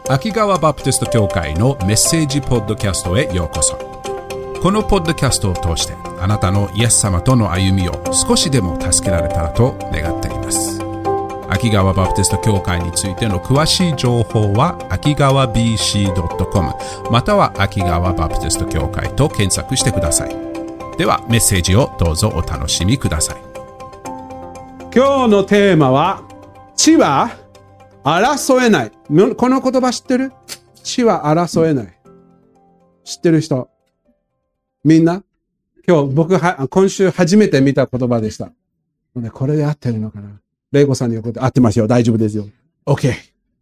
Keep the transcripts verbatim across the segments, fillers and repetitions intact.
秋川バプテスト教会のメッセージポッドキャストへようこそ。このポッドキャストを通してあなたのイエス様との歩みを少しでも助けられたらと願っています。秋川バプテスト教会についての詳しい情報は秋川 ビーシードットコム または秋川バプテスト教会と検索してください。ではメッセージをどうぞお楽しみください。 今日のテーマは、地は争えない。この言葉知ってる？地は争えない。知ってる人？みんな？今日僕は、今週初めて見た言葉でした。これで合ってるのかな？レイコさんに横で合ってますよ。大丈夫ですよ。OK。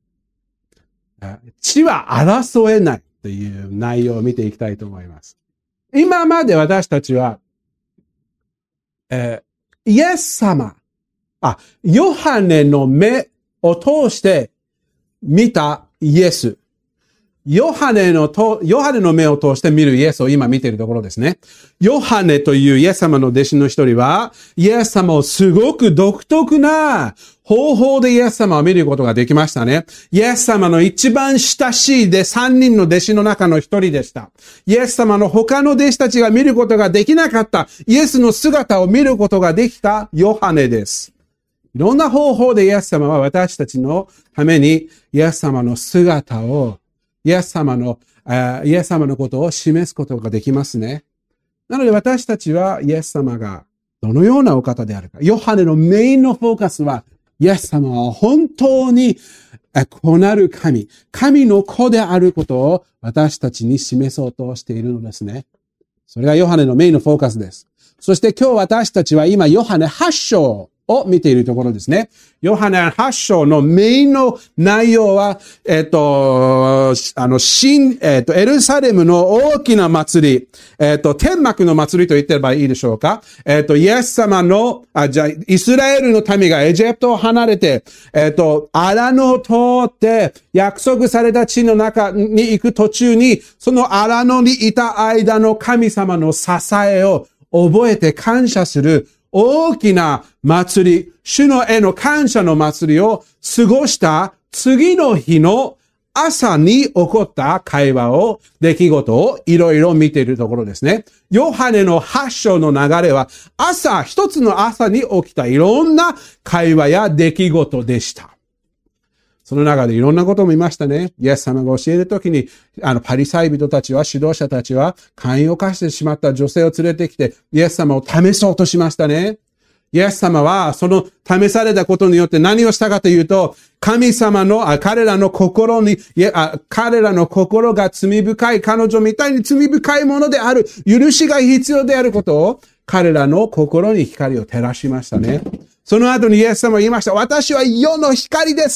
地は争えないという内容を見ていきたいと思います。今まで私たちは、えー、イエス様、あ、ヨハネの目を通して見たイエス。ヨハネのと、ヨハネの目を通して見るイエスを今見ているところですね。ヨハネというイエス様の弟子の一人は、イエス様をすごく独特な方法でイエス様を見ることができましたね。イエス様の一番親しいで三人の弟子の中の一人でした。イエス様の他の弟子たちが見ることができなかったイエスの姿を見ることができたヨハネです。いろんな方法でイエス様は私たちのためにイエス様の姿を、イエス様の、イエス様のことを示すことができますね。なので私たちはイエス様がどのようなお方であるか。ヨハネのメインのフォーカスは、イエス様は本当に子なる神、神の子であることを私たちに示そうとしているのですね。それがヨハネのメインのフォーカスです。そして今日私たちは今ヨハネはち章を見ているところですね。ヨハネはち章のメインの内容は、えっと、あの、新、えっと、エルサレムの大きな祭り、えっと、天幕の祭りと言ってればいいでしょうか。えっと、イエス様の、あ、じゃあ、イスラエルの民がエジプトを離れて、えっと、荒野を通って約束された地の中に行く途中に、その荒野にいた間の神様の支えを覚えて感謝する大きな祭り、主のへの感謝の祭りを過ごした次の日の朝に起こった会話を、出来事をいろいろ見ているところですね。ヨハネのはち章の流れは、朝、一つの朝に起きたいろんな会話や出来事でした。その中でいろんなことを見ましたね。イエス様が教えるときに、あの、パリサイ人たちは、指導者たちは、姦淫を犯してしまった女性を連れてきて、イエス様を試そうとしましたね。イエス様は、その試されたことによって何をしたかというと、神様の、あ彼らの心にあ、彼らの心が罪深い、彼女みたいに罪深いものである、許しが必要であることを、彼らの心に光を照らしましたね。その後にイエス様は言いました。私は世の光です。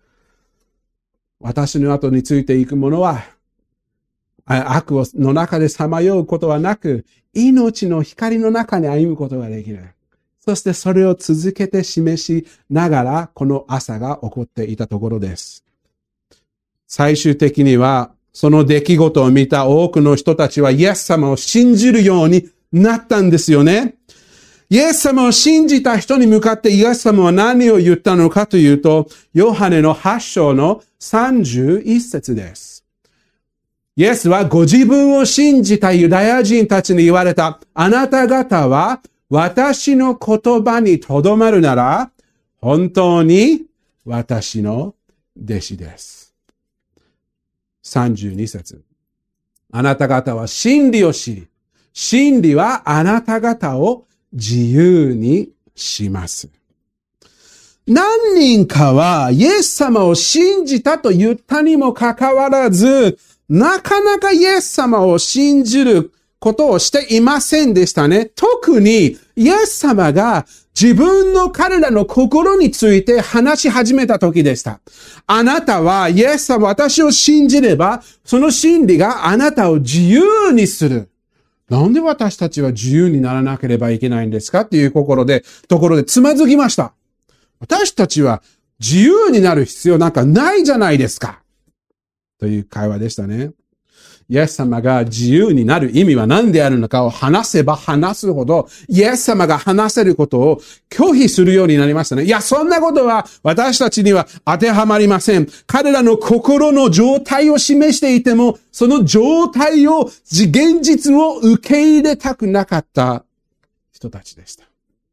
私の後についていくものは、悪の中でさまようことはなく、命の光の中に歩むことができる。そしてそれを続けて示しながら、この朝が起こっていたところです。最終的には、その出来事を見た多くの人たちは、イエス様を信じるようになったんですよね。イエス様を信じた人に向かってイエス様は何を言ったのかというと、ヨハネのはち章のさんじゅういっ節です。イエスはご自分を信じたユダヤ人たちに言われた。あなた方は私の言葉にとどまるなら、本当に私の弟子です。さんじゅうに節。あなた方は真理を知り、真理はあなた方を自由にします。何人かはイエス様を信じたと言ったにもかかわらず、なかなかイエス様を信じることをしていませんでしたね。特にイエス様が自分の彼らの心について話し始めた時でした。あなたはイエス様、私を信じれば、その真理があなたを自由にする。なんで私たちは自由にならなければいけないんですかっていう心で、ところでつまずきました。私たちは自由になる必要なんかないじゃないですか。という会話でしたね。 イエス様が自由になる意味は何であるのかを話せば話すほど、イエス様が話せることを拒否するようになりましたね。いや、そんなことは私たちには当てはまりません。彼らの心の状態を示していても、その状態を、現実を受け入れたくなかった人たちでした。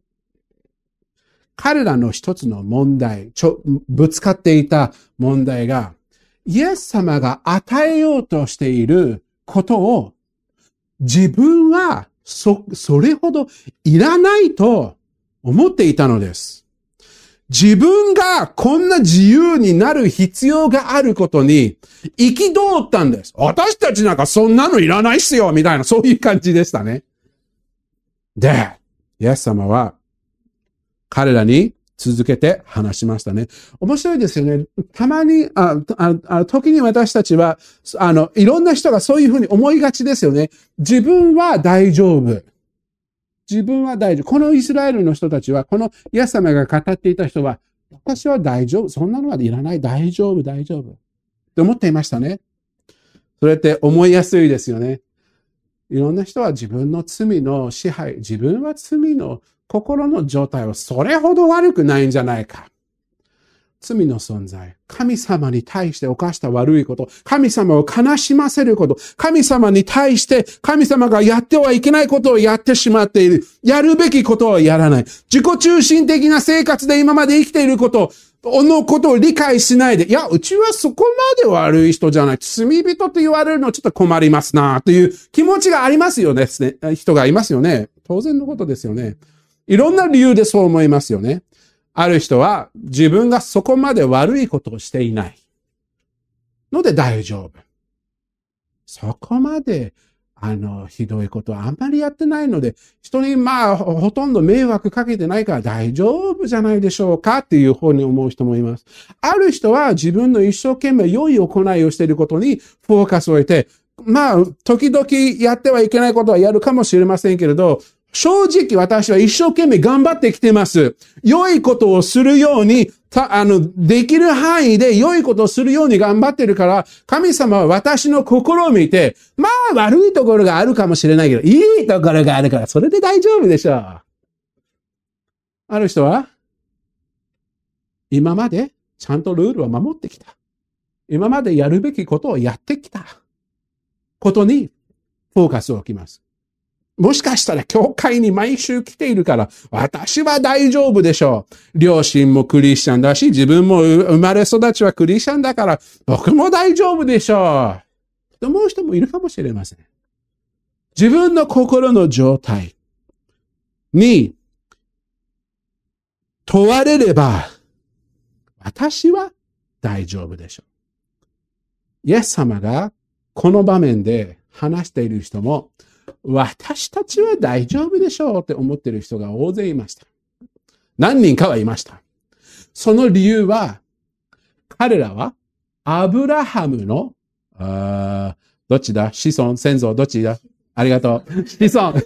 彼らの一つの問題、ちょ、ぶつかっていた問題が、イエス様が与えようとしていることを、自分はそ、それほどいらないと思っていたのです。自分がこんな自由になる必要があることに憤ったんです。私たちなんかそんなのいらないっすよみたいな、そういう感じでしたね。で、イエス様は彼らに続けて話しましたね。面白いですよね。たまに、あ、あ、あ時に私たちは、あの、いろんな人がそういうふうに思いがちですよね。自分は大丈夫。自分は大丈夫。このイスラエルの人たちは、このイエス様が語っていた人は、私は大丈夫。そんなのはいらない。大丈夫、大丈夫。って思っていましたね。それって思いやすいですよね。いろんな人は自分の罪の支配、自分は罪の心の状態はそれほど悪くないんじゃないか。罪の存在、神様に対して犯した悪いこと、神様を悲しませること、神様に対して神様がやってはいけないことをやってしまっている。やるべきことをやらない。自己中心的な生活で今まで生きていること、のことを理解しないで、いや、うちはそこまで悪い人じゃない。罪人と言われるのちょっと困りますな、という気持ちがありますよね。人がいますよね。当然のことですよね。いろんな理由でそう思いますよね。ある人は自分がそこまで悪いことをしていないので大丈夫。そこまで、あの、ひどいことはあんまりやってないので、人にまあ、ほとんど迷惑かけてないから大丈夫じゃないでしょうかっていう方に思う人もいます。ある人は自分の一生懸命良い行いをしていることにフォーカスを置いて、まあ、時々やってはいけないことはやるかもしれませんけれど、正直私は一生懸命頑張ってきています。良いことをするように、た、あの、できる範囲で良いことをするように頑張ってるから、神様は私の心を見て、まあ悪いところがあるかもしれないけど、いいところがあるから、それで大丈夫でしょう。ある人は、今までちゃんとルールを守ってきた。今までやるべきことをやってきたことにフォーカスを置きます。もしかしたら教会に毎週来ているから、私は大丈夫でしょう。両親もクリスチャンだし、自分も生まれ育ちはクリスチャンだから、僕も大丈夫でしょう。と思う人もいるかもしれません。自分の心の状態に問われれば、私は大丈夫でしょう。イエス様がこの場面で話している人も、私たちは大丈夫でしょうって思っている人が大勢いました。何人かはいました。その理由は、彼らはアブラハムの、あどっちだ子孫、先祖、どっちだありがとう。子孫。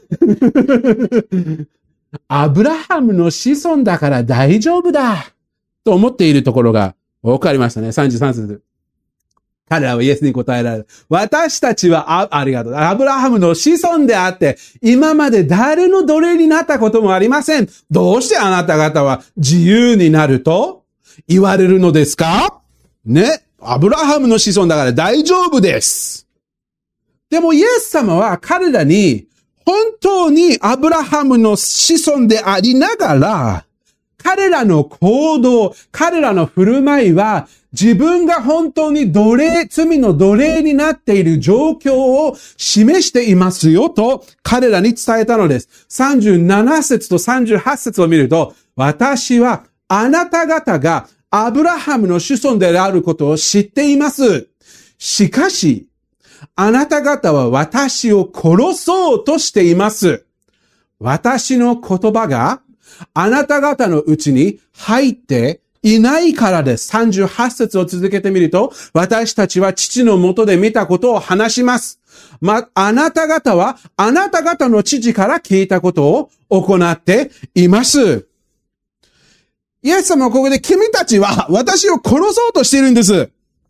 アブラハムの子孫だから大丈夫だと思っているところが多くありましたね。さんじゅうさん節。彼らはイエスに答えられる。私たちは、あ、ありがとう。アブラハムの子孫であって、今まで誰の奴隷になったこともありません。どうしてあなた方は自由になると言われるのですか？ね。アブラハムの子孫だから大丈夫です。でもイエス様は彼らに、本当にアブラハムの子孫でありながら、彼らの行動、彼らの振る舞いは、自分が本当に奴隷、罪の奴隷になっている状況を示していますよと彼らに伝えたのです。さんじゅうなな節とさんじゅうはち節を見ると、私はあなた方がアブラハムの子孫であることを知っています。しかし、あなた方は私を殺そうとしています。私の言葉があなた方のうちに入っていないからです。さんじゅうはち節を続けてみると、私たちは父のもとで見たことを話します。ま、あなた方は、あなた方の父から聞いたことを行っています。イエス様はここで、君たちは私を殺そうとしているんです。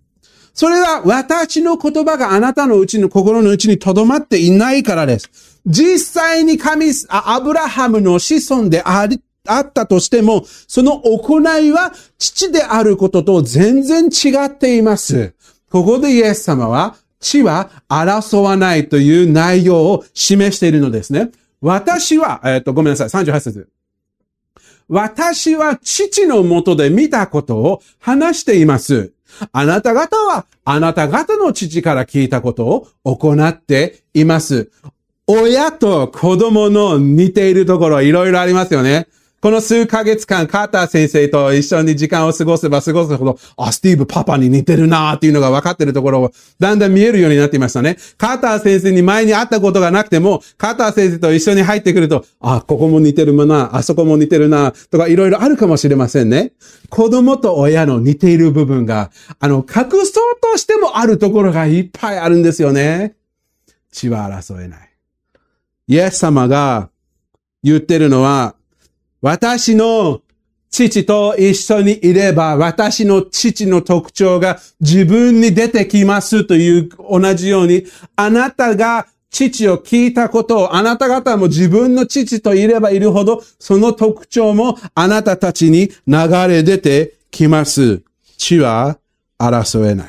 それは私の言葉があなたのうちの心のうちに留まっていないからです。実際に神、アブラハムの子孫であり、あったとしても、その行いは父であることと全然違っています。ここでイエス様は、父は争わないという内容を示しているのですね。私は、えっと、ごめんなさい、さんじゅうはち節。私は父のもとで見たことを話しています。あなた方は、あなた方の父から聞いたことを行っています。親と子供の似ているところはいろいろありますよね。この数ヶ月間、カーター先生と一緒に時間を過ごせば過ごすほど、あ、スティーブパパに似てるなーっていうのが分かっているところを、だんだん見えるようになっていましたね。カーター先生に前に会ったことがなくても、カーター先生と一緒に入ってくると、あ、ここも似てるもんな、あそこも似てるな、とかいろいろあるかもしれませんね。子供と親の似ている部分が、あの、隠そうとしてもあるところがいっぱいあるんですよね。血は争えない。イエス様が言ってるのは、私の父と一緒にいれば、私の父の特徴が自分に出てきますという同じように、あなたが父を聞いたことを、あなた方も自分の父といればいるほど、その特徴もあなたたちに流れ出てきます。血は争えない。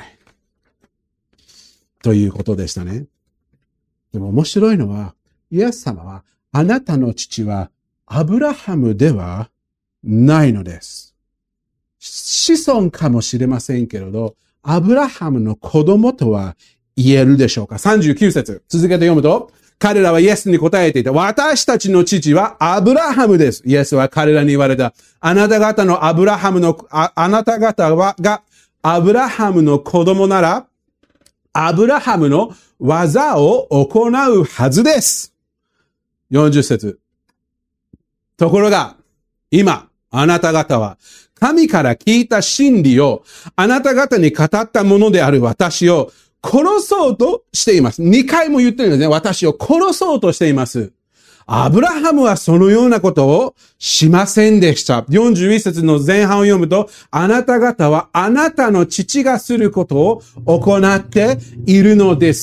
ということでしたね。でも面白いのは、イエス様は、あなたの父は、アブラハムではないのです。子孫かもしれませんけれど、アブラハムの子供とは言えるでしょうか。さんじゅうきゅう節。続けて読むと、彼らはイエスに答えていた。私たちの父はアブラハムです。イエスは彼らに言われた。あなた方のアブラハムの、あ、あなた方は、が、アブラハムの子供なら、アブラハムの技を行うはずです。よんじゅう節。ところが、今、あなた方は、神から聞いた真理を、あなた方に語ったものである私を殺そうとしています。にかいも言ってるんですね。私を殺そうとしています。アブラハムはそのようなことをしませんでした。よんじゅういち節の前半を読むと、あなた方はあなたの父がすることを行っているのです。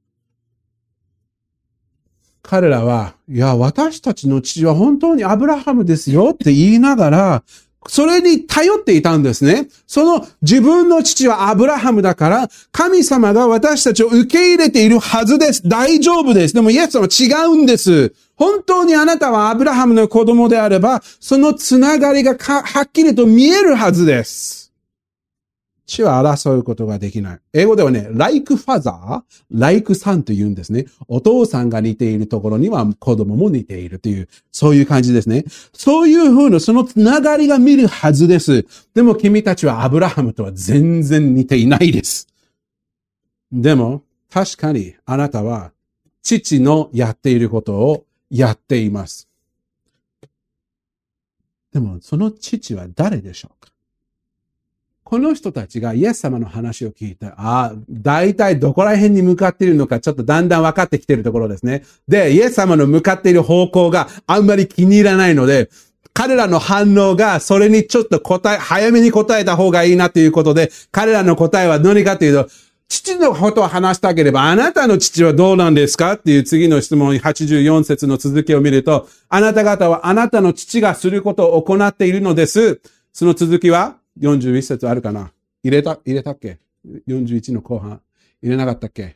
彼らは、いや、私たちの父は本当にアブラハムですよって言いながら、それに頼っていたんですね。その自分の父はアブラハムだから、神様が私たちを受け入れているはずです。大丈夫です。でもイエス様は違うんです。本当にあなたはアブラハムの子供であれば、そのつながりがかはっきりと見えるはずです。血は争うことができない。英語ではね、like father, like son と言うんですね。お父さんが似ているところには子供も似ているという、そういう感じですね。そういう風なそのつながりが見るはずです。でも君たちはアブラハムとは全然似ていないです。でも、確かにあなたは父のやっていることをやっています。でも、その父は誰でしょうか？この人たちがイエス様の話を聞いて、ああ、大体どこら辺に向かっているのか、ちょっとだんだん分かってきているところですね。で、イエス様の向かっている方向があんまり気に入らないので、彼らの反応がそれにちょっと答え、早めに答えた方がいいなということで、彼らの答えは何かというと、父のことを話したければ、あなたの父はどうなんですかっていう次の質問、はちじゅうよん節の続きを見ると、あなた方はあなたの父がすることを行っているのです。その続きはよんじゅういち節あるかな？入れた、入れたっけ？ よんじゅういち の後半。入れなかったっけ？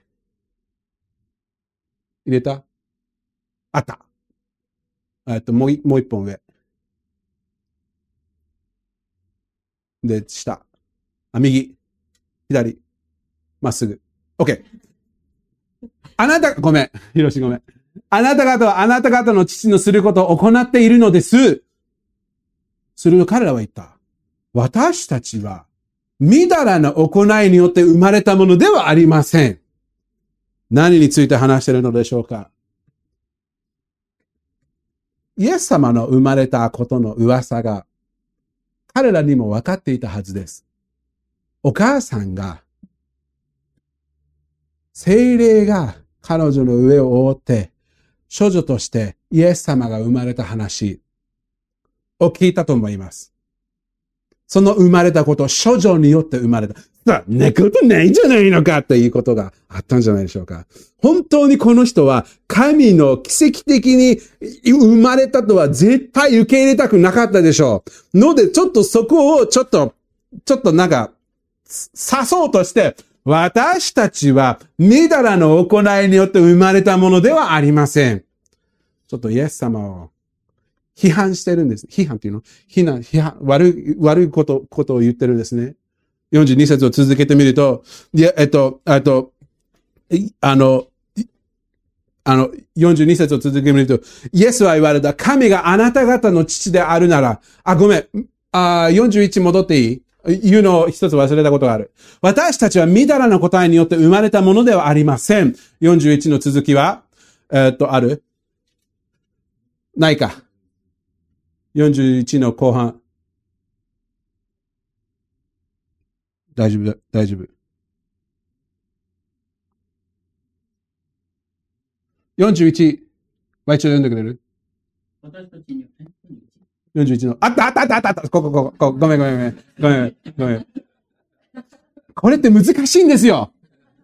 入れた？あった。えっと、もう一、もう一本上。で、下。あ、右。左。まっすぐ。OK。あなた、ごめん。ひろしごめん。あなた方はあなた方の父のすることを行っているのです。すると彼らは言った。私たちは、みだらな行いによって生まれたものではありません。何について話しているのでしょうか？イエス様の生まれたことの噂が、彼らにも分かっていたはずです。お母さんが、聖霊が彼女の上を覆って、処女としてイエス様が生まれた話を聞いたと思います。その生まれたこと、処女によって生まれた。 そんなことないんじゃないのかということがあったんじゃないでしょうか。本当にこの人は神の奇跡的に生まれたとは絶対受け入れたくなかったでしょう。ので、ちょっとそこをちょっと、ちょっとなんか、刺そうとして、私たちはみだらの行いによって生まれたものではありません。ちょっとイエス様を批判してるんです。批判っていうの非難、批判、悪い、悪いこと、ことを言ってるんですね。よんじゅうに節を続けてみると、いや、えっと、えっと、あの、あの、よんじゅうに節を続けてみると、イエスは言われた、神があなた方の父であるなら、あ、ごめん、あ、よんじゅういち戻っていい？言うのを一つ忘れたことがある。私たちはみだらな答えによって生まれたものではありません。よんじゅういちの続きは、えっと、ある？ないか。よんじゅういちの後半。大丈夫だ、大丈夫。よんじゅういち、もう一度読んでくれる？私たちによんじゅういちの、あったあったあったあったあったここ、ここ、ここ、ごめんごめんごめん。ごめん、ごめん。これって難しいんですよ。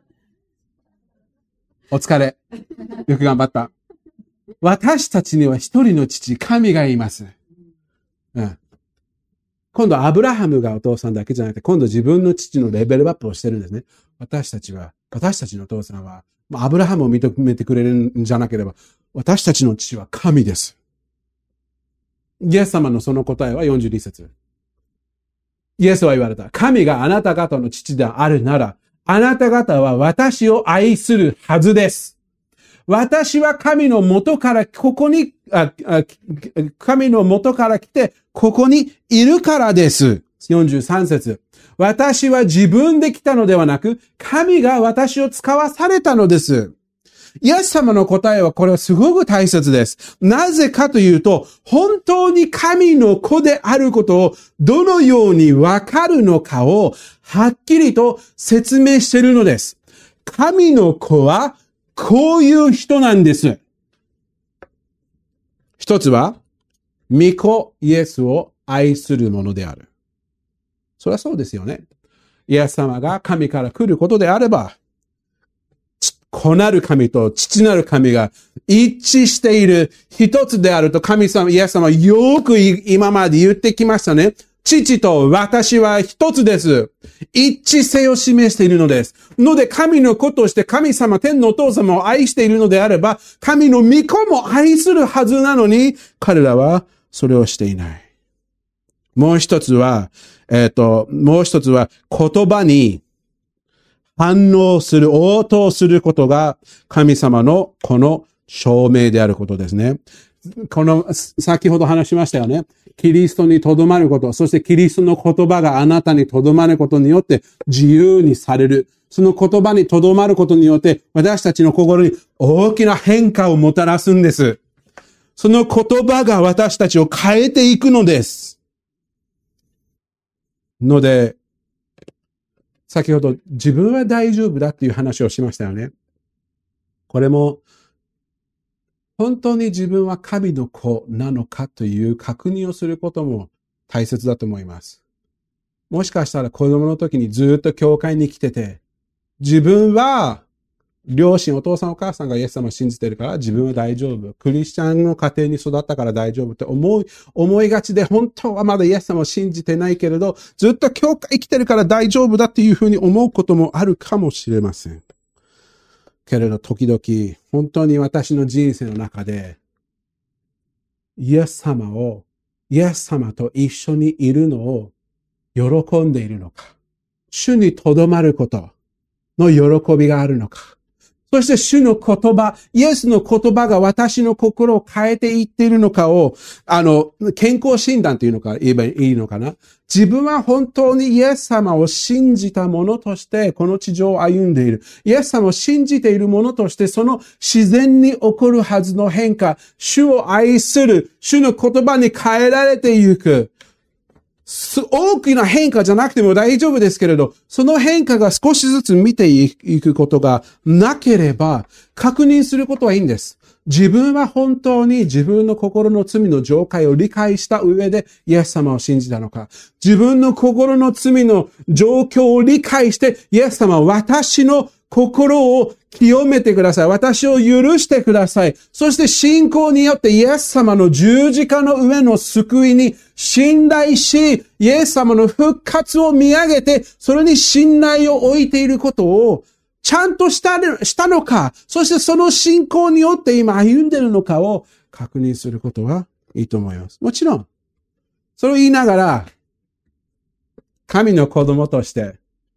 お疲れ。よく頑張った。私たちには一人の父、神がいます。うん。今度アブラハムがお父さんだけじゃなくて、今度自分の父のレベルアップをしてるんですね。私たちは、私たちのお父さんは、アブラハムを認めてくれるんじゃなければ、私たちの父は神です。イエス様のその答えはよんじゅうに節。イエスは言われた。神があなた方の父であるなら、あなた方は私を愛するはずです。私は神の元からここに、ああ神の元から来て、ここにいるからです。よんじゅうさん節。私は自分で来たのではなく、神が私を使わされたのです。イエス様の答えはこれはすごく大切です。なぜかというと、本当に神の子であることをどのようにわかるのかをはっきりと説明しているのです。神の子はこういう人なんです。一つは、御子イエスを愛するものである。それはそうですよね。イエス様が神から来ることであれば、子なる神と父なる神が一致している一つであると神様、イエス様はよく今まで言ってきましたね。父と私は一つです。一致性を示しているのです。ので神の子として神様、天のお父様を愛しているのであれば、神の御子も愛するはずなのに、彼らはそれをしていない。もう一つは、えっと、もう一つは言葉に反応する、応答することが神様のこの証明であることですね。この、先ほど話しましたよね。キリストに留まること、そしてキリストの言葉があなたに留まることによって自由にされる。その言葉に留まることによって私たちの心に大きな変化をもたらすんです。その言葉が私たちを変えていくのです。ので、先ほど自分は大丈夫だっていう話をしましたよね。これも本当に自分は神の子なのかという確認をすることも大切だと思います。もしかしたら子供の時にずっと教会に来てて、自分は両親、お父さんお母さんがイエス様を信じてるから自分は大丈夫。クリスチャンの家庭に育ったから大丈夫って思い、思いがちで本当はまだイエス様を信じてないけれど、ずっと教会来てるから大丈夫だっていうふうに思うこともあるかもしれません。けれど時々、本当に私の人生の中で、イエス様を、イエス様と一緒にいるのを喜んでいるのか、主にとどまることの喜びがあるのか、そして主の言葉、イエスの言葉が私の心を変えていっているのかを、あの、健康診断というのか言えばいいのかな。自分は本当にイエス様を信じたものとして、この地上を歩んでいる。イエス様を信じているものとして、その自然に起こるはずの変化、主を愛する、主の言葉に変えられていく。大きな変化じゃなくても大丈夫ですけれど、その変化が少しずつ見ていくことがなければ、確認することはいいんです。 自分は本当に自分の心の罪の状態を理解した上でイエス様を信じたのか。自分の心の罪の状況を理解してイエス様は私の心を清めてください。私を許してください。そして信仰によってイエス様の十字架の上の救いに信頼し、イエス様の復活を見上げて、それに信頼を置いていることをちゃんとした、したのか、そしてその信仰によって今歩んでいるのかを確認することがいいと思います。もちろん、それを言いながら、神の子供として、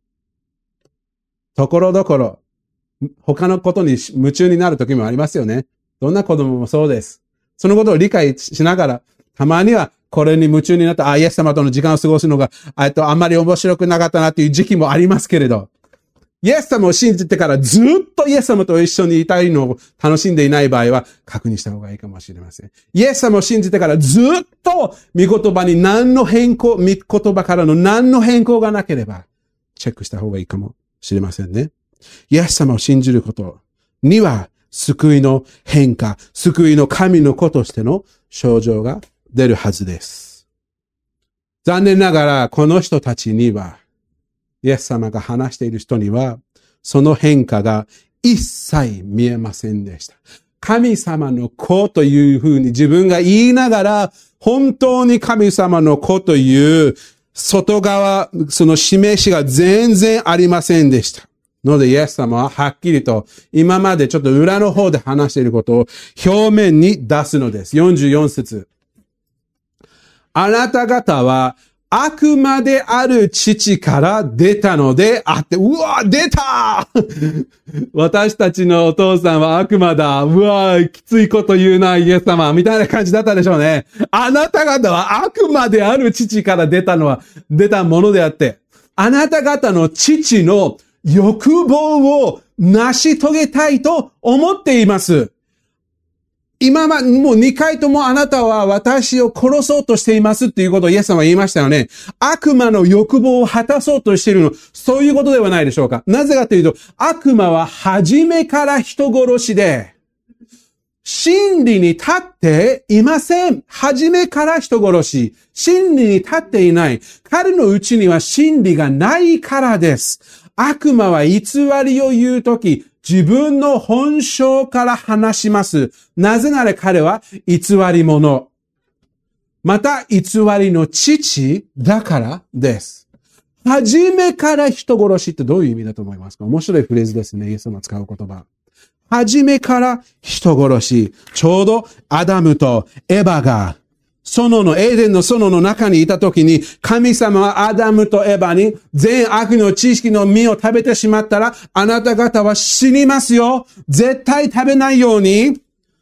ところどころ、他のことに夢中になる時もありますよね。どんな子供もそうです。そのことを理解しながら、たまにはこれに夢中になって、あ、イエス様との時間を過ごすのが、えっと、あんまり面白くなかったなっていう時期もありますけれど、イエス様を信じてからずっとイエス様と一緒にいたいのを楽しんでいない場合は確認した方がいいかもしれません。イエス様を信じてからずっと御言葉に何の変更、御言葉からの何の変更がなければチェックした方がいいかもしれませんね。イエス様を信じることには救いの変化、救いの神の子としての症状が出るはずです。残念ながらこの人たちにはイエス様が話している人には、その変化が一切見えませんでした。神様の子というふうに自分が言いながら、本当に神様の子という外側、その示しが全然ありませんでした。のでイエス様ははっきりと今までちょっと裏の方で話していることを表面に出すのです。よんじゅうよん節。あなた方は悪魔である父から出たのであって、うわ、出た私たちのお父さんは悪魔だ。うわ、きついこと言うな、イエス様。みたいな感じだったでしょうね。あなた方は悪魔である父から出たのは、出たものであって、あなた方の父の欲望を成し遂げたいと思っています。今ま、もうにかいともあなたは私を殺そうとしていますっていうことをイエス様は言いましたよね。悪魔の欲望を果たそうとしているの、そういうことではないでしょうか。なぜかというと、悪魔は初めから人殺しで、真理に立っていません。初めから人殺し。真理に立っていない。彼のうちには真理がないからです。悪魔は偽りを言うとき、自分の本性から話します。なぜなら彼は偽り者。また偽りの父だからです。初めから人殺しってどういう意味だと思いますか？面白いフレーズですね。イエス様が使う言葉。初めから人殺し。ちょうどアダムとエバが園の、エーデンの園の中にいたときに、神様はアダムとエバに善悪の知識の実を食べてしまったら、あなた方は死にますよ。絶対食べないように。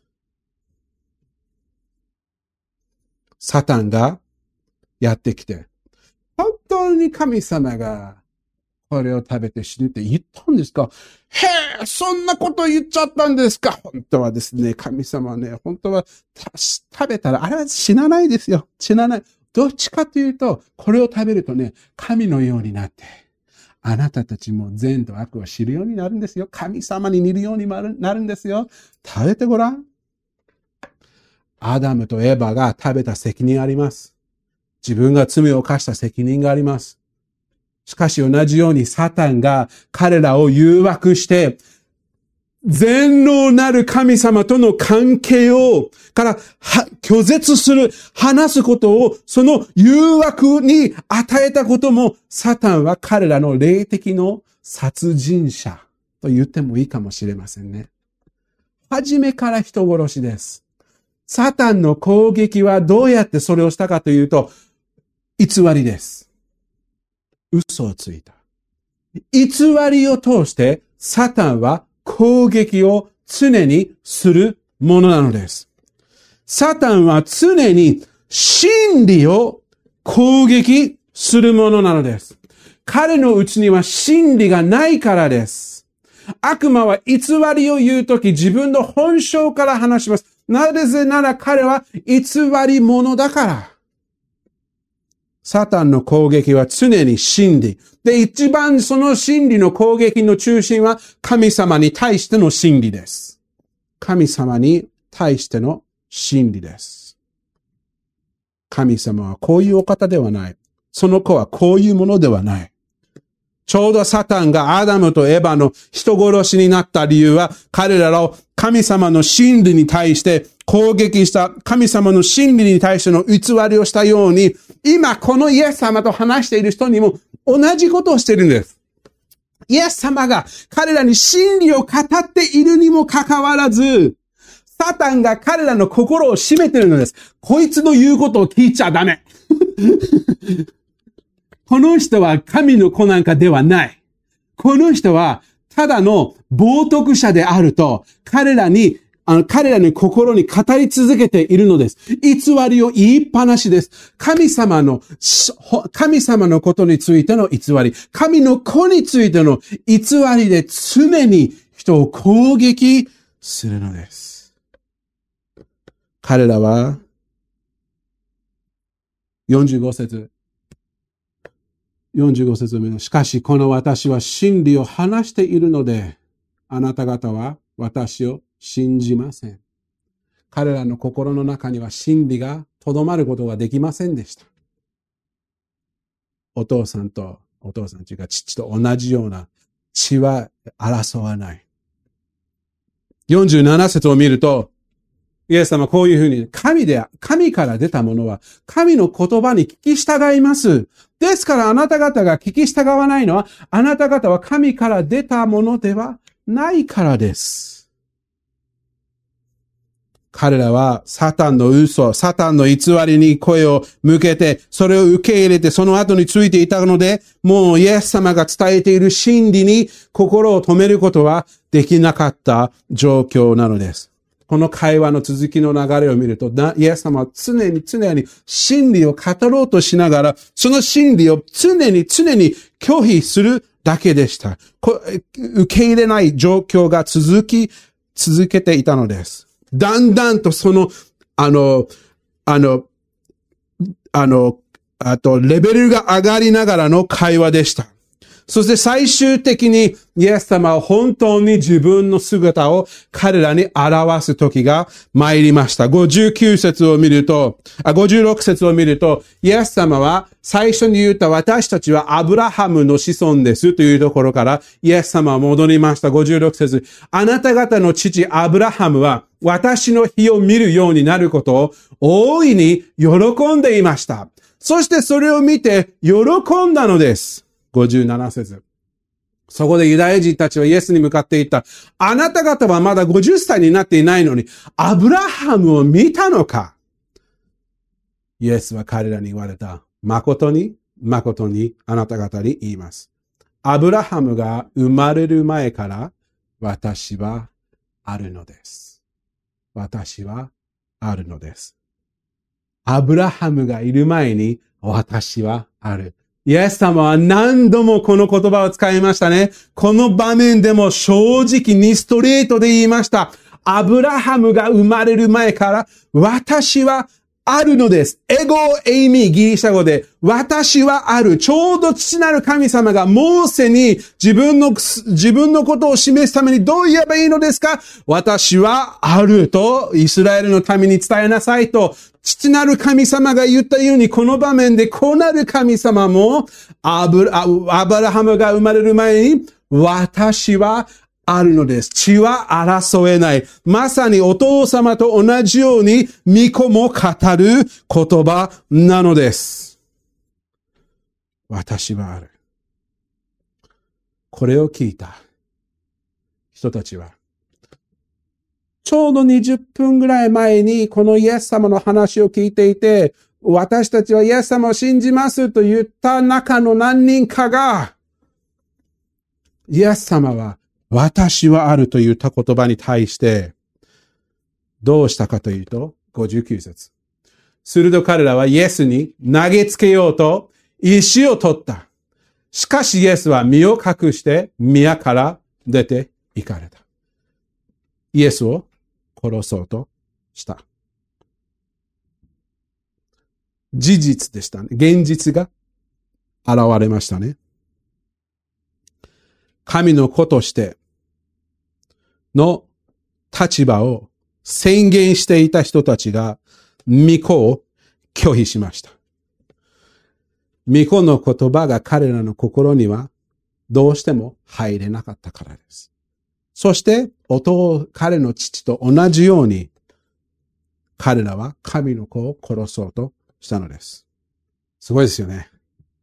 サタンがやってきて、本当に神様がこれを食べて死ぬって言ったんですか？へえ、そんなこと言っちゃったんですか？本当はですね、神様はね、本当は食べたら、あれは死なないですよ。死なない。どっちかというと、これを食べるとね、神のようになって、あなたたちも善と悪を知るようになるんですよ。神様に似るようになるんですよ。食べてごらん。アダムとエバが食べた責任あります。自分が罪を犯した責任があります。しかし同じようにサタンが彼らを誘惑して、全能なる神様との関係を、から拒絶する、話すことを、その誘惑に与えたことも、サタンは彼らの霊的の殺人者と言ってもいいかもしれませんね。初めから人殺しです。サタンの攻撃はどうやってそれをしたかというと、偽りです。嘘をついた。偽りを通して、サタンは攻撃を常にするものなのです。サタンは常に真理を攻撃するものなのです。彼のうちには真理がないからです。悪魔は偽りを言うとき自分の本性から話します。なぜなら彼は偽り者だから。サタンの攻撃は常に真理。で、一番その真理の攻撃の中心は神様に対しての真理です。神様に対しての真理です。神様はこういうお方ではない。その子はこういうものではない。ちょうどサタンがアダムとエバの人殺しになった理由は、彼らを神様の真理に対して攻撃した、神様の真理に対しての偽りをしたように、今このイエス様と話している人にも同じことをしているんです。イエス様が彼らに真理を語っているにもかかわらず、サタンが彼らの心を締めているのです。こいつの言うことを聞いちゃダメ。この人は神の子なんかではない。この人はただの冒涜者であると、彼らに、あの彼らの心に語り続けているのです。偽りを言いっぱなしです。神様の、神様のことについての偽り、神の子についての偽りで常に人を攻撃するのです。彼らは、よんじゅうご節。よんじゅうご節を見る。しかし、この私は真理を話しているので、あなた方は私を信じません。彼らの心の中には真理がとどまることができませんでした。お父さんと、お父さんというか父と同じような血は争わない。よんじゅうなな節を見ると、イエス様はこういうふうに、神で、神から出たものは、神の言葉に聞き従います。ですからあなた方が聞き従わないのは、あなた方は神から出たものではないからです。彼らはサタンの嘘、サタンの偽りに声を向けて、それを受け入れて、その後についていたので、もうイエス様が伝えている真理に心を止めることはできなかった状況なのです。この会話の続きの流れを見ると、イエス様は常に常に真理を語ろうとしながら、その真理を常に常に拒否するだけでした。受け入れない状況が続き、続けていたのです。だんだんとその、あの、あの、あの、あと、レベルが上がりながらの会話でした。そして最終的にイエス様は本当に自分の姿を彼らに表す時が参りました。ごじゅうきゅう節を見ると、あ、ごじゅうろく節を見ると、イエス様は最初に言った私たちはアブラハムの子孫ですというところからイエス様は戻りました。ごじゅうろく節。あなた方の父アブラハムは私の日を見るようになることを大いに喜んでいました。そしてそれを見て喜んだのです。ごじゅうなな節。そこでユダヤ人たちはイエスに向かって言った。あなた方はまだごじゅっさいになっていないのに、アブラハムを見たのか？イエスは彼らに言われた。誠に、誠にあなた方に言います。アブラハムが生まれる前から私はあるのです。私はあるのです。アブラハムがいる前に私はある。イエス様は何度もこの言葉を使いましたね。この場面でも正直にストレートで言いました。アブラハムが生まれる前から私はあるのです。エゴエイミギリシャ語で私はある。ちょうど父なる神様がモーセに自分の、自分のことを示すためにどう言えばいいのですか？私はあるとイスラエルの民に伝えなさいと父なる神様が言ったように、この場面でこうなる神様もアブラ、アブラハムが生まれる前に私はあるのです。血は争えない。まさにお父様と同じように御子も語る言葉なのです。私はある。これを聞いた人たちは、ちょうどにじゅっぷんぐらい前にこのイエス様の話を聞いていて、私たちはイエス様を信じますと言った中の何人かが、イエス様は私はあると言った言葉に対して、どうしたかというと、ごじゅうきゅう節。すると彼らはイエスに投げつけようと石を取った。しかしイエスは身を隠して宮から出て行かれた。イエスを殺そうとした。事実でしたね。現実が現れましたね。神の子としての立場を宣言していた人たちが、御子を拒否しました。御子の言葉が彼らの心にはどうしても入れなかったからです。そして、弟、彼の父と同じように、彼らは神の子を殺そうとしたのです。すごいですよね。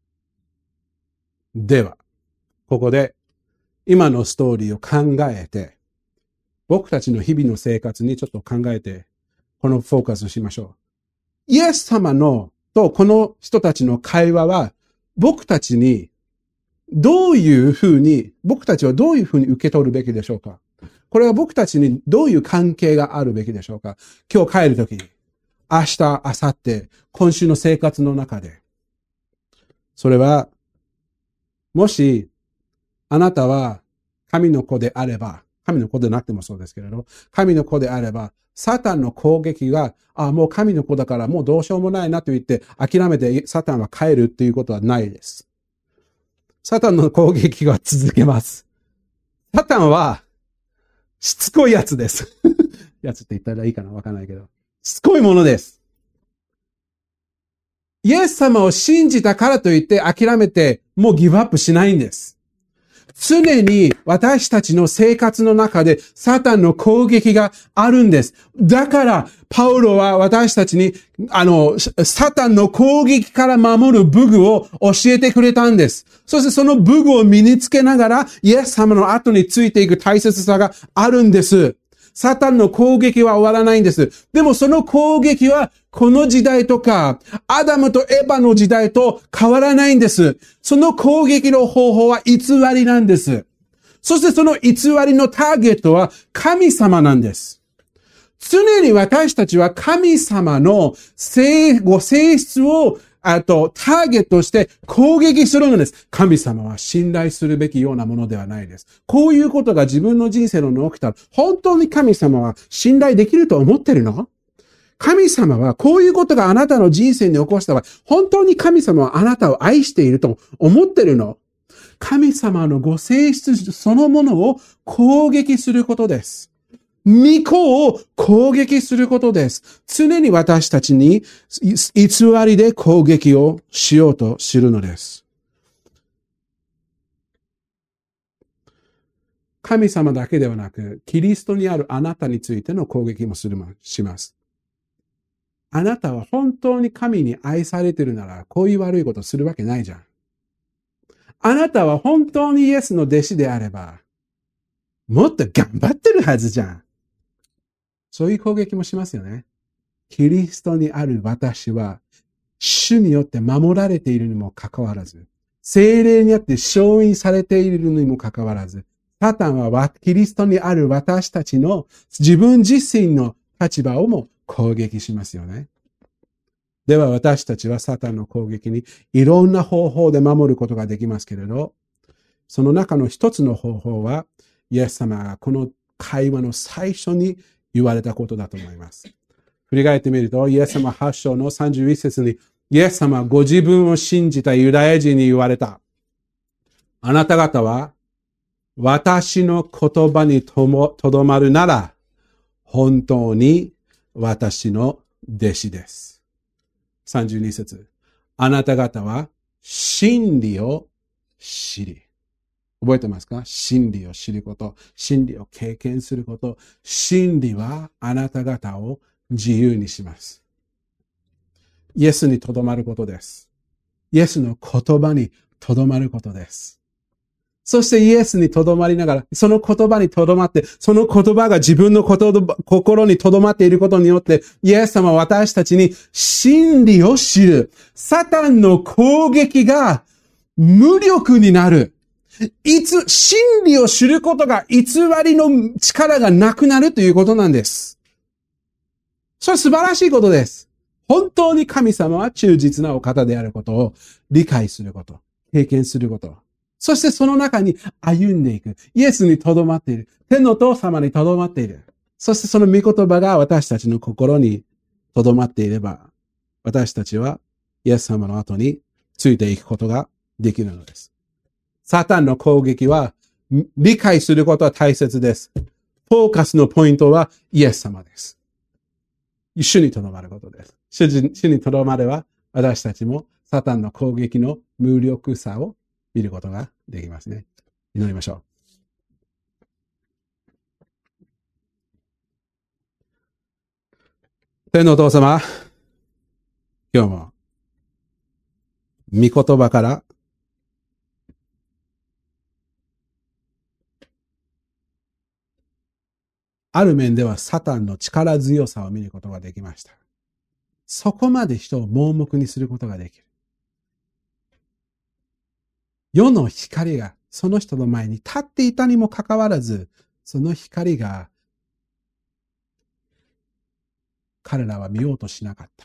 では、ここで今のストーリーを考えて、僕たちの日々の生活にちょっと考えて、このフォーカスしましょう。イエス様のとこの人たちの会話は、僕たちにどういうふうに、僕たちはどういうふうに受け取るべきでしょうか？これは僕たちにどういう関係があるべきでしょうか？今日帰るときに、明日、明後日、今週の生活の中で。それは、もし、あなたは神の子であれば、神の子でなくてもそうですけれど、神の子であれば、サタンの攻撃が、あ、もう神の子だからもうどうしようもないなと言って諦めてサタンは帰るっていうことはないです。サタンの攻撃は続けます。サタンはしつこいやつです。やつって言ったらいいかなわかんないけど。しつこいものです。イエス様を信じたからといって諦めてもうギブアップしないんです。常に私たちの生活の中でサタンの攻撃があるんです。だから、パウロは私たちに、あの、サタンの攻撃から守る武具を教えてくれたんです。そしてその武具を身につけながら、イエス様の後についていく大切さがあるんです。サタンの攻撃は終わらないんです。でもその攻撃はこの時代とか、アダムとエバの時代と変わらないんです。その攻撃の方法は偽りなんです。そしてその偽りのターゲットは神様なんです。常に私たちは神様の性、ご性質をあと、ターゲットとして攻撃するのです。神様は信頼するべきようなものではないです。こういうことが自分の人生の中に起きたら、本当に神様は信頼できると思ってるの？神様はこういうことがあなたの人生に起こした場合、本当に神様はあなたを愛していると思ってるの？神様のご性質そのものを攻撃することです。御子を攻撃することです。常に私たちに偽りで攻撃をしようとするのです。神様だけではなく、キリストにあるあなたについての攻撃もするします。あなたは本当に神に愛されているなら、こういう悪いことするわけないじゃん。あなたは本当にイエスの弟子であれば、もっと頑張ってるはずじゃん。そういう攻撃もしますよね。キリストにある私は、主によって守られているにもかかわらず、聖霊によって承認されているにもかかわらず、サタンはキリストにある私たちの自分自身の立場をも攻撃しますよね。では私たちはサタンの攻撃にいろんな方法で守ることができますけれど、その中の一つの方法は、イエス様がこの会話の最初に言われたことだと思います。振り返ってみると、イエス様はち章のさんじゅういち節に、イエス様はご自分を信じたユダヤ人に言われた。あなた方は、私の言葉にとも、とどまるなら、本当に私の弟子です。さんじゅうに節。あなた方は、真理を知り。覚えてますか？真理を知ること、真理を経験すること、真理はあなた方を自由にします。イエスにとどまることです。イエスの言葉にとどまることです。そしてイエスにとどまりながら、その言葉にとどまって、その言葉が自分の心にとどまっていることによって、イエス様は私たちに真理を知る。サタンの攻撃が無力になる。いつ、真理を知ることが偽りの力がなくなるということなんです。それは素晴らしいことです。本当に神様は忠実なお方であることを理解すること、経験すること。そしてその中に歩んでいく。イエスにとどまっている。天の父様にとどまっている。そしてその御言葉が私たちの心にとどまっていれば、私たちはイエス様の後についていくことができるのです。サタンの攻撃は理解することは大切です。 フォーカスのポイントはイエス様です。主にとどまることです。主にとどまれば、私たちもサタンの攻撃の無力さを見ることができますね。祈りましょう。天のお父様、今日も、御言葉から、ある面ではサタンの力強さを見ることができました。そこまで人を盲目にすることができる。世の光がその人の前に立っていたにもかかわらず、その光が彼らは見ようとしなかった。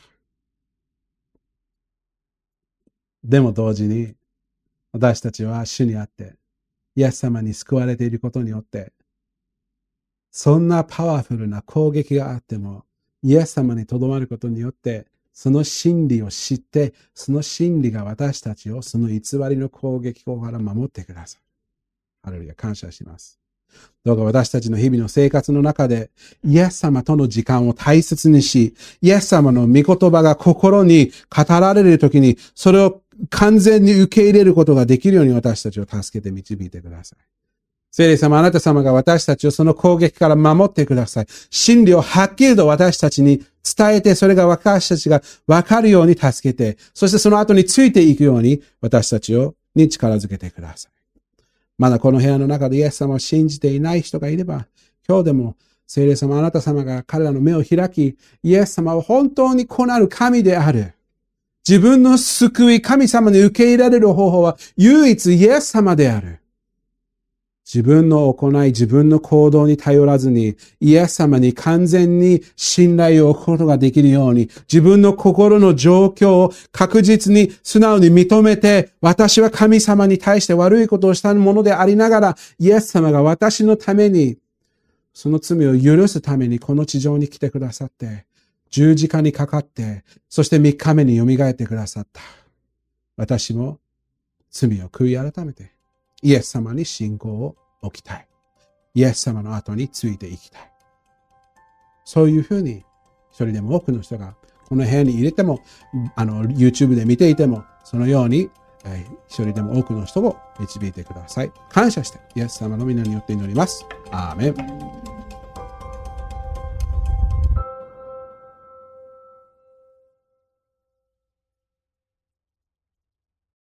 でも同時に私たちは主にあってイエス様に救われていることによって、そんなパワフルな攻撃があってもイエス様にとどまることによって、その真理を知って、その真理が私たちをその偽りの攻撃から守ってください。ハレルヤ、感謝します。どうか私たちの日々の生活の中で、イエス様との時間を大切にし、イエス様の御言葉が心に語られるときに、それを完全に受け入れることができるように私たちを助けて導いてください。聖霊様、あなた様が私たちをその攻撃から守ってください。真理をはっきりと私たちに伝えて、それが私たちが分かるように助けて、そしてその後についていくように私たちをに力づけてください。まだこの部屋の中でイエス様を信じていない人がいれば、今日でも聖霊様、あなた様が彼らの目を開き、イエス様は本当に子なる神である。自分の救い、神様に受け入れられる方法は唯一イエス様である。自分の行い、自分の行動に頼らずに、イエス様に完全に信頼を置くことができるように、自分の心の状況を確実に素直に認めて、私は神様に対して悪いことをしたものでありながら、イエス様が私のために、その罪を許すためにこの地上に来てくださって、十字架にかかって、そして三日目に蘇ってくださった。私も罪を悔い改めて、イエス様に信仰を置きたい。イエス様の後についていきたい。そういうふうに、一人でも多くの人が、この部屋に入れても、あの、YouTube で見ていても、そのように、えー、一人でも多くの人を導いてください。感謝して、イエス様の皆によって祈ります。アーメン。